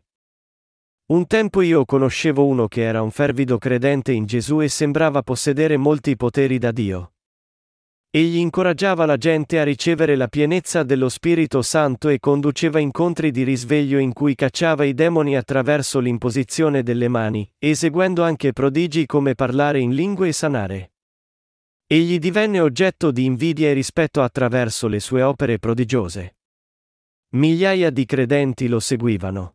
Un tempo io conoscevo uno che era un fervido credente in Gesù e sembrava possedere molti poteri da Dio. Egli incoraggiava la gente a ricevere la pienezza dello Spirito Santo e conduceva incontri di risveglio in cui cacciava i demoni attraverso l'imposizione delle mani, eseguendo anche prodigi come parlare in lingue e sanare. Egli divenne oggetto di invidia e rispetto attraverso le sue opere prodigiose. Migliaia di credenti lo seguivano.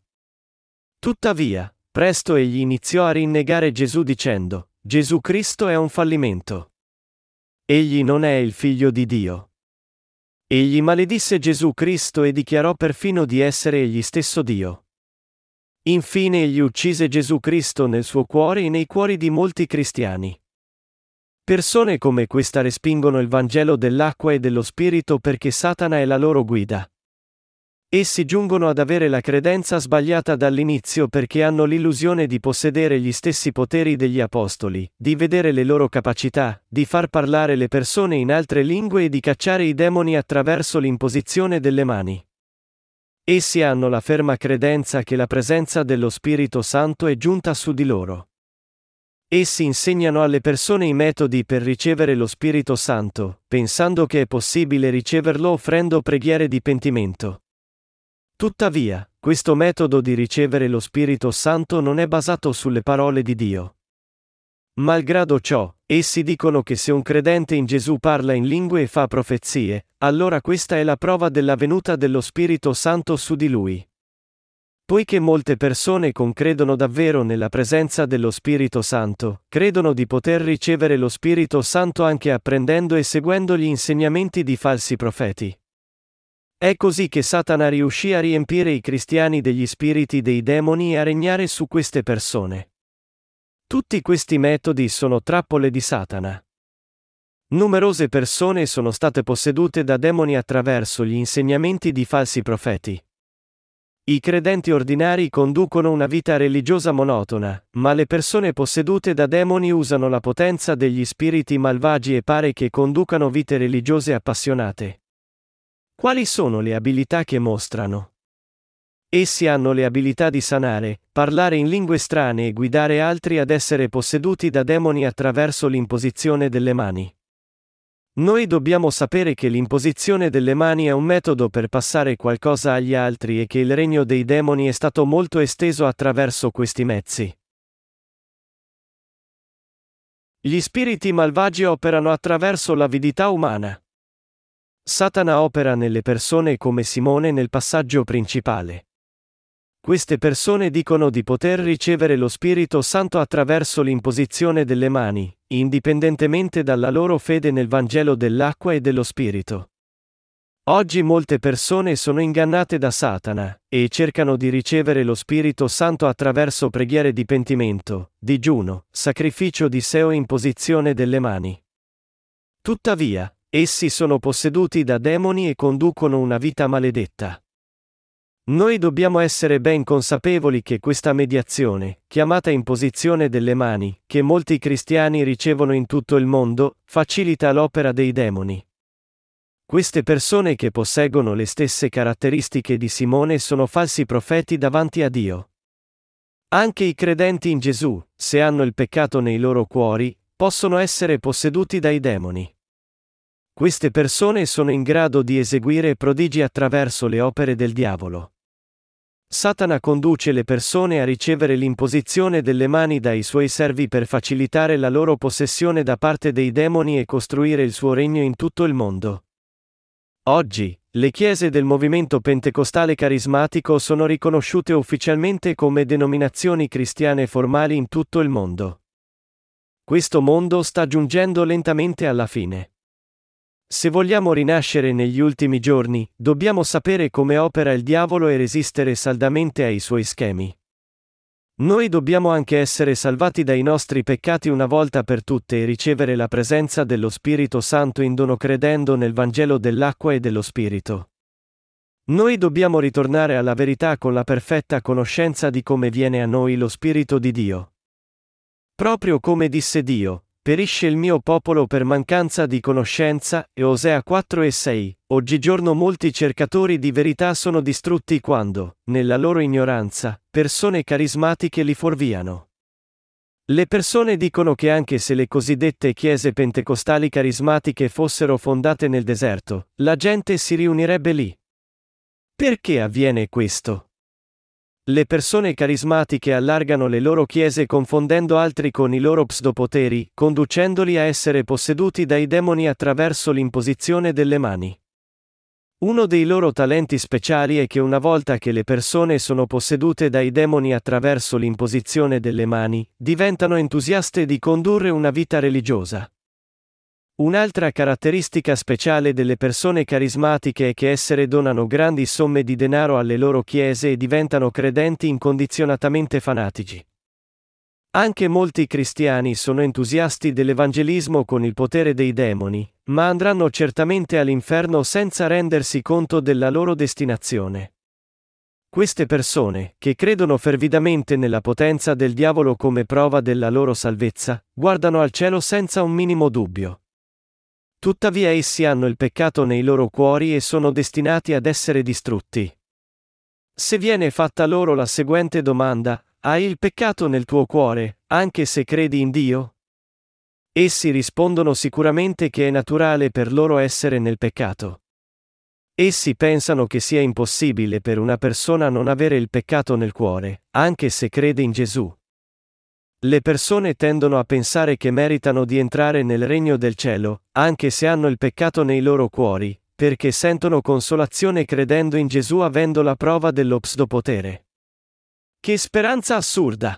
Tuttavia, presto egli iniziò a rinnegare Gesù dicendo: Gesù Cristo è un fallimento. Egli non è il figlio di Dio. Egli maledisse Gesù Cristo e dichiarò perfino di essere egli stesso Dio. Infine egli uccise Gesù Cristo nel suo cuore e nei cuori di molti cristiani. Persone come questa respingono il Vangelo dell'acqua e dello Spirito perché Satana è la loro guida. Essi giungono ad avere la credenza sbagliata dall'inizio perché hanno l'illusione di possedere gli stessi poteri degli apostoli, di vedere le loro capacità, di far parlare le persone in altre lingue e di cacciare i demoni attraverso l'imposizione delle mani. Essi hanno la ferma credenza che la presenza dello Spirito Santo è giunta su di loro. Essi insegnano alle persone i metodi per ricevere lo Spirito Santo, pensando che è possibile riceverlo offrendo preghiere di pentimento. Tuttavia, questo metodo di ricevere lo Spirito Santo non è basato sulle parole di Dio. Malgrado ciò, essi dicono che se un credente in Gesù parla in lingue e fa profezie, allora questa è la prova della venuta dello Spirito Santo su di lui. Poiché molte persone concredono davvero nella presenza dello Spirito Santo, credono di poter ricevere lo Spirito Santo anche apprendendo e seguendo gli insegnamenti di falsi profeti. È così che Satana riuscì a riempire i cristiani degli spiriti dei demoni e a regnare su queste persone. Tutti questi metodi sono trappole di Satana. Numerose persone sono state possedute da demoni attraverso gli insegnamenti di falsi profeti. I credenti ordinari conducono una vita religiosa monotona, ma le persone possedute da demoni usano la potenza degli spiriti malvagi e pare che conducano vite religiose appassionate. Quali sono le abilità che mostrano? Essi hanno le abilità di sanare, parlare in lingue strane e guidare altri ad essere posseduti da demoni attraverso l'imposizione delle mani. Noi dobbiamo sapere che l'imposizione delle mani è un metodo per passare qualcosa agli altri e che il regno dei demoni è stato molto esteso attraverso questi mezzi. Gli spiriti malvagi operano attraverso l'avidità umana. Satana opera nelle persone come Simone nel passaggio principale. Queste persone dicono di poter ricevere lo Spirito Santo attraverso l'imposizione delle mani, indipendentemente dalla loro fede nel Vangelo dell'acqua e dello Spirito. Oggi molte persone sono ingannate da Satana, e cercano di ricevere lo Spirito Santo attraverso preghiere di pentimento, digiuno, sacrificio di sé o imposizione delle mani. Tuttavia, essi sono posseduti da demoni e conducono una vita maledetta. Noi dobbiamo essere ben consapevoli che questa mediazione, chiamata imposizione delle mani, che molti cristiani ricevono in tutto il mondo, facilita l'opera dei demoni. Queste persone che posseggono le stesse caratteristiche di Simone sono falsi profeti davanti a Dio. Anche i credenti in Gesù, se hanno il peccato nei loro cuori, possono essere posseduti dai demoni. Queste persone sono in grado di eseguire prodigi attraverso le opere del diavolo. Satana conduce le persone a ricevere l'imposizione delle mani dai suoi servi per facilitare la loro possessione da parte dei demoni e costruire il suo regno in tutto il mondo. Oggi, le chiese del movimento pentecostale carismatico sono riconosciute ufficialmente come denominazioni cristiane formali in tutto il mondo. Questo mondo sta giungendo lentamente alla fine. Se vogliamo rinascere negli ultimi giorni, dobbiamo sapere come opera il diavolo e resistere saldamente ai suoi schemi. Noi dobbiamo anche essere salvati dai nostri peccati una volta per tutte e ricevere la presenza dello Spirito Santo in dono credendo nel Vangelo dell'acqua e dello Spirito. Noi dobbiamo ritornare alla verità con la perfetta conoscenza di come viene a noi lo Spirito di Dio. Proprio come disse Dio, perisce il mio popolo per mancanza di conoscenza, e Osea 4:6, oggigiorno molti cercatori di verità sono distrutti quando, nella loro ignoranza, persone carismatiche li fuorviano. Le persone dicono che anche se le cosiddette chiese pentecostali carismatiche fossero fondate nel deserto, la gente si riunirebbe lì. Perché avviene questo? Le persone carismatiche allargano le loro chiese confondendo altri con i loro pseudopoteri, conducendoli a essere posseduti dai demoni attraverso l'imposizione delle mani. Uno dei loro talenti speciali è che una volta che le persone sono possedute dai demoni attraverso l'imposizione delle mani, diventano entusiaste di condurre una vita religiosa. Un'altra caratteristica speciale delle persone carismatiche è che esse donano grandi somme di denaro alle loro chiese e diventano credenti incondizionatamente fanatici. Anche molti cristiani sono entusiasti dell'evangelismo con il potere dei demoni, ma andranno certamente all'inferno senza rendersi conto della loro destinazione. Queste persone, che credono fervidamente nella potenza del diavolo come prova della loro salvezza, guardano al cielo senza un minimo dubbio. Tuttavia essi hanno il peccato nei loro cuori e sono destinati ad essere distrutti. Se viene fatta loro la seguente domanda: hai il peccato nel tuo cuore, anche se credi in Dio? Essi rispondono sicuramente che è naturale per loro essere nel peccato. Essi pensano che sia impossibile per una persona non avere il peccato nel cuore, anche se crede in Gesù. Le persone tendono a pensare che meritano di entrare nel regno del cielo, anche se hanno il peccato nei loro cuori, perché sentono consolazione credendo in Gesù avendo la prova dello pseudopotere. Che speranza assurda!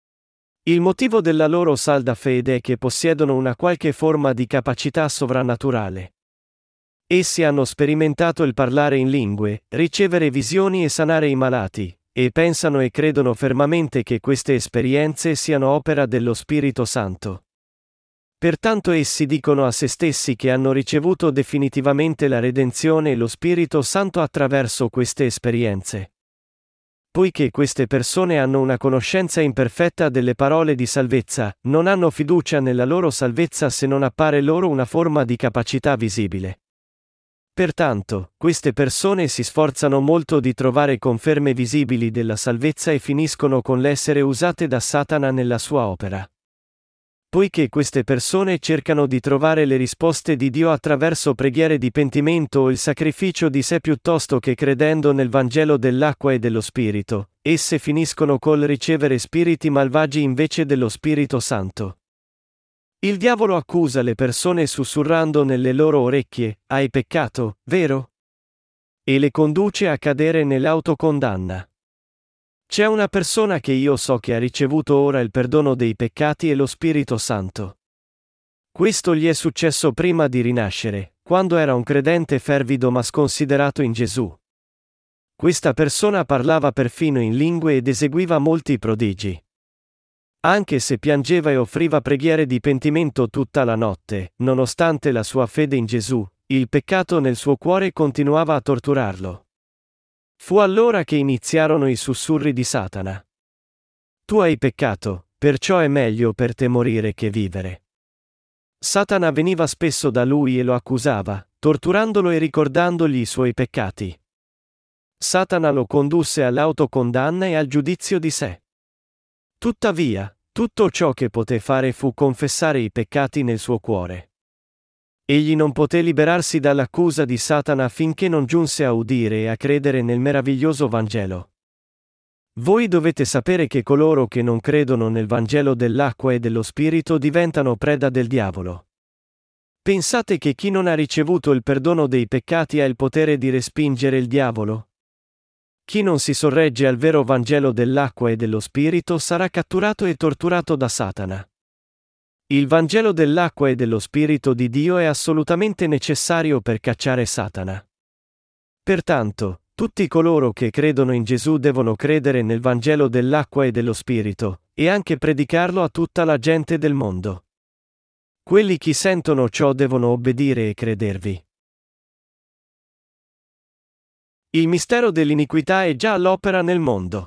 Il motivo della loro salda fede è che possiedono una qualche forma di capacità sovrannaturale. Essi hanno sperimentato il parlare in lingue, ricevere visioni e sanare i malati, e pensano e credono fermamente che queste esperienze siano opera dello Spirito Santo. Pertanto essi dicono a se stessi che hanno ricevuto definitivamente la redenzione e lo Spirito Santo attraverso queste esperienze. Poiché queste persone hanno una conoscenza imperfetta delle parole di salvezza, non hanno fiducia nella loro salvezza se non appare loro una forma di capacità visibile. Pertanto, queste persone si sforzano molto di trovare conferme visibili della salvezza e finiscono con l'essere usate da Satana nella sua opera. Poiché queste persone cercano di trovare le risposte di Dio attraverso preghiere di pentimento o il sacrificio di sé piuttosto che credendo nel Vangelo dell'acqua e dello Spirito, esse finiscono col ricevere spiriti malvagi invece dello Spirito Santo. Il diavolo accusa le persone sussurrando nelle loro orecchie: hai peccato, vero? E le conduce a cadere nell'autocondanna. C'è una persona che io so che ha ricevuto ora il perdono dei peccati e lo Spirito Santo. Questo gli è successo prima di rinascere, quando era un credente fervido ma sconsiderato in Gesù. Questa persona parlava perfino in lingue ed eseguiva molti prodigi. Anche se piangeva e offriva preghiere di pentimento tutta la notte, nonostante la sua fede in Gesù, il peccato nel suo cuore continuava a torturarlo. Fu allora che iniziarono i sussurri di Satana. Tu hai peccato, perciò è meglio per te morire che vivere. Satana veniva spesso da lui e lo accusava, torturandolo e ricordandogli i suoi peccati. Satana lo condusse all'autocondanna e al giudizio di sé. Tuttavia, tutto ciò che poté fare fu confessare i peccati nel suo cuore. Egli non poté liberarsi dall'accusa di Satana finché non giunse a udire e a credere nel meraviglioso Vangelo. Voi dovete sapere che coloro che non credono nel Vangelo dell'acqua e dello Spirito diventano preda del diavolo. Pensate che chi non ha ricevuto il perdono dei peccati ha il potere di respingere il diavolo? Chi non si sorregge al vero Vangelo dell'acqua e dello Spirito sarà catturato e torturato da Satana. Il Vangelo dell'acqua e dello Spirito di Dio è assolutamente necessario per cacciare Satana. Pertanto, tutti coloro che credono in Gesù devono credere nel Vangelo dell'acqua e dello Spirito, e anche predicarlo a tutta la gente del mondo. Quelli che sentono ciò devono obbedire e credervi. Il mistero dell'iniquità è già all'opera nel mondo.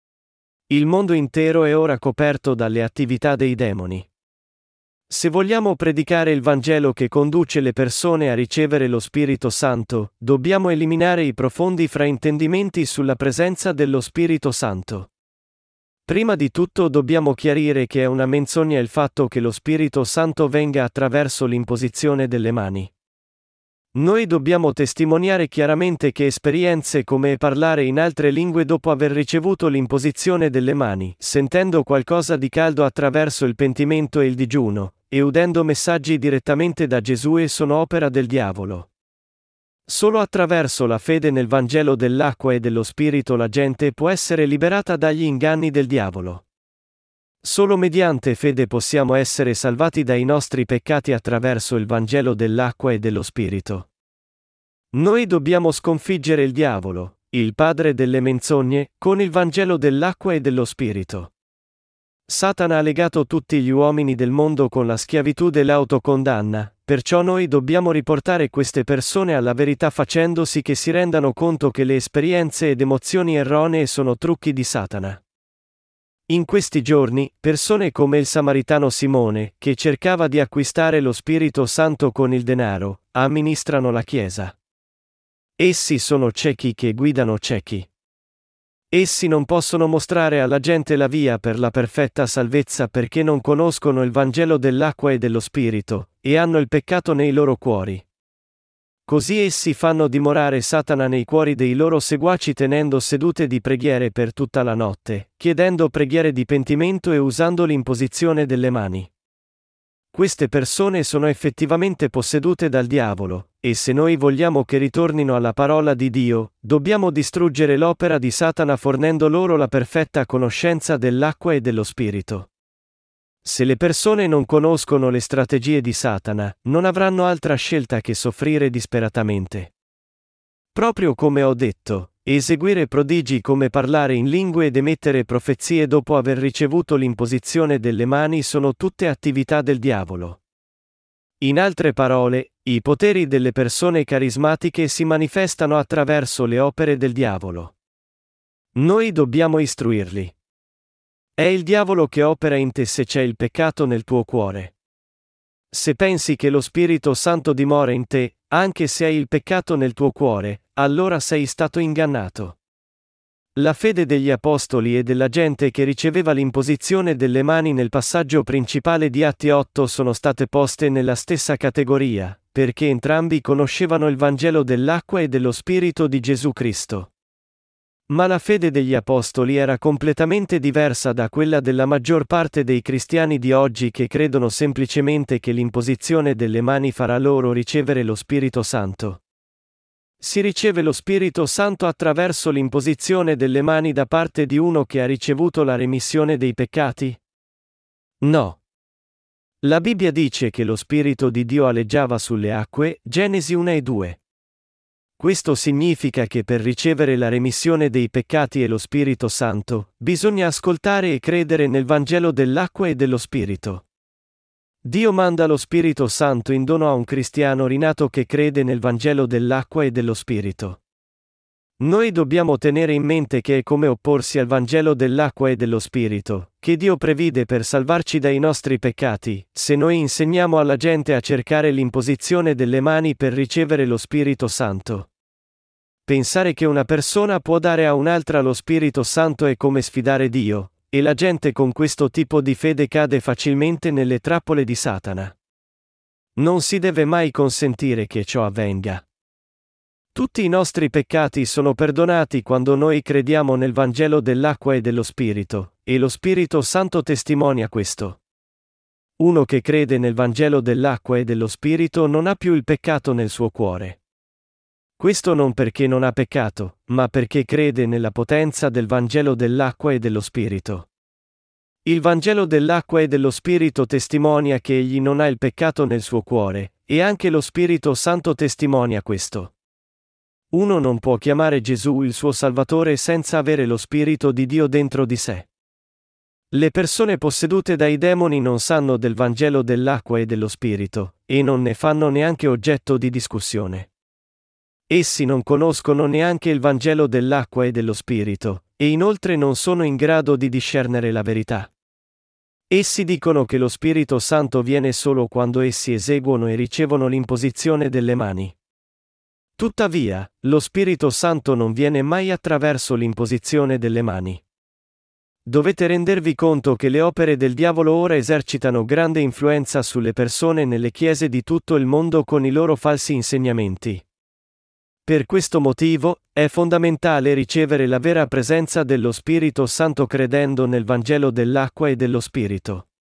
Il mondo intero è ora coperto dalle attività dei demoni. Se vogliamo predicare il Vangelo che conduce le persone a ricevere lo Spirito Santo, dobbiamo eliminare i profondi fraintendimenti sulla presenza dello Spirito Santo. Prima di tutto dobbiamo chiarire che è una menzogna il fatto che lo Spirito Santo venga attraverso l'imposizione delle mani. Noi dobbiamo testimoniare chiaramente che esperienze come parlare in altre lingue dopo aver ricevuto l'imposizione delle mani, sentendo qualcosa di caldo attraverso il pentimento e il digiuno, e udendo messaggi direttamente da Gesù sono opera del diavolo. Solo attraverso la fede nel Vangelo dell'acqua e dello Spirito la gente può essere liberata dagli inganni del diavolo. Solo mediante fede possiamo essere salvati dai nostri peccati attraverso il Vangelo dell'acqua e dello Spirito. Noi dobbiamo sconfiggere il diavolo, il padre delle menzogne, con il Vangelo dell'acqua e dello Spirito. Satana ha legato tutti gli uomini del mondo con la schiavitù dell'autocondanna, perciò noi dobbiamo riportare queste persone alla verità facendo sì che si rendano conto che le esperienze ed emozioni erronee sono trucchi di Satana. In questi giorni, persone come il samaritano Simone, che cercava di acquistare lo Spirito Santo con il denaro, amministrano la Chiesa. Essi sono ciechi che guidano ciechi. Essi non possono mostrare alla gente la via per la perfetta salvezza perché non conoscono il Vangelo dell'acqua e dello Spirito, e hanno il peccato nei loro cuori. Così essi fanno dimorare Satana nei cuori dei loro seguaci tenendo sedute di preghiere per tutta la notte, chiedendo preghiere di pentimento e usando l'imposizione delle mani. Queste persone sono effettivamente possedute dal diavolo, e se noi vogliamo che ritornino alla parola di Dio, dobbiamo distruggere l'opera di Satana fornendo loro la perfetta conoscenza dell'acqua e dello Spirito. Se le persone non conoscono le strategie di Satana, non avranno altra scelta che soffrire disperatamente. Proprio come ho detto, eseguire prodigi come parlare in lingue ed emettere profezie dopo aver ricevuto l'imposizione delle mani sono tutte attività del diavolo. In altre parole, i poteri delle persone carismatiche si manifestano attraverso le opere del diavolo. Noi dobbiamo istruirli. È il diavolo che opera in te se c'è il peccato nel tuo cuore. Se pensi che lo Spirito Santo dimora in te, anche se hai il peccato nel tuo cuore, allora sei stato ingannato. La fede degli apostoli e della gente che riceveva l'imposizione delle mani nel passaggio principale di Atti 8 sono state poste nella stessa categoria, perché entrambi conoscevano il Vangelo dell'acqua e dello Spirito di Gesù Cristo. Ma la fede degli apostoli era completamente diversa da quella della maggior parte dei cristiani di oggi che credono semplicemente che l'imposizione delle mani farà loro ricevere lo Spirito Santo. Si riceve lo Spirito Santo attraverso l'imposizione delle mani da parte di uno che ha ricevuto la remissione dei peccati? No. La Bibbia dice che lo Spirito di Dio aleggiava sulle acque, Genesi 1 e 2. Questo significa che per ricevere la remissione dei peccati e lo Spirito Santo, bisogna ascoltare e credere nel Vangelo dell'acqua e dello Spirito. Dio manda lo Spirito Santo in dono a un cristiano rinato che crede nel Vangelo dell'acqua e dello Spirito. Noi dobbiamo tenere in mente che è come opporsi al Vangelo dell'acqua e dello Spirito, che Dio previde per salvarci dai nostri peccati, se noi insegniamo alla gente a cercare l'imposizione delle mani per ricevere lo Spirito Santo. Pensare che una persona può dare a un'altra lo Spirito Santo è come sfidare Dio, e la gente con questo tipo di fede cade facilmente nelle trappole di Satana. Non si deve mai consentire che ciò avvenga. Tutti i nostri peccati sono perdonati quando noi crediamo nel Vangelo dell'acqua e dello Spirito, e lo Spirito Santo testimonia questo. Uno che crede nel Vangelo dell'acqua e dello Spirito non ha più il peccato nel suo cuore. Questo non perché non ha peccato, ma perché crede nella potenza del Vangelo dell'acqua e dello Spirito. Il Vangelo dell'acqua e dello Spirito testimonia che egli non ha il peccato nel suo cuore, e anche lo Spirito Santo testimonia questo. Uno non può chiamare Gesù il suo Salvatore senza avere lo Spirito di Dio dentro di sé. Le persone possedute dai demoni non sanno del Vangelo dell'acqua e dello Spirito, e non ne fanno neanche oggetto di discussione. Essi non conoscono neanche il Vangelo dell'acqua e dello Spirito, e inoltre non sono in grado di discernere la verità. Essi dicono che lo Spirito Santo viene solo quando essi eseguono e ricevono l'imposizione delle mani. Tuttavia, lo Spirito Santo non viene mai attraverso l'imposizione delle mani. Dovete rendervi conto che le opere del diavolo ora esercitano grande influenza sulle persone nelle chiese di tutto il mondo con i loro falsi insegnamenti. Per questo motivo, è fondamentale ricevere la vera presenza dello Spirito Santo credendo nel Vangelo dell'acqua e dello Spirito.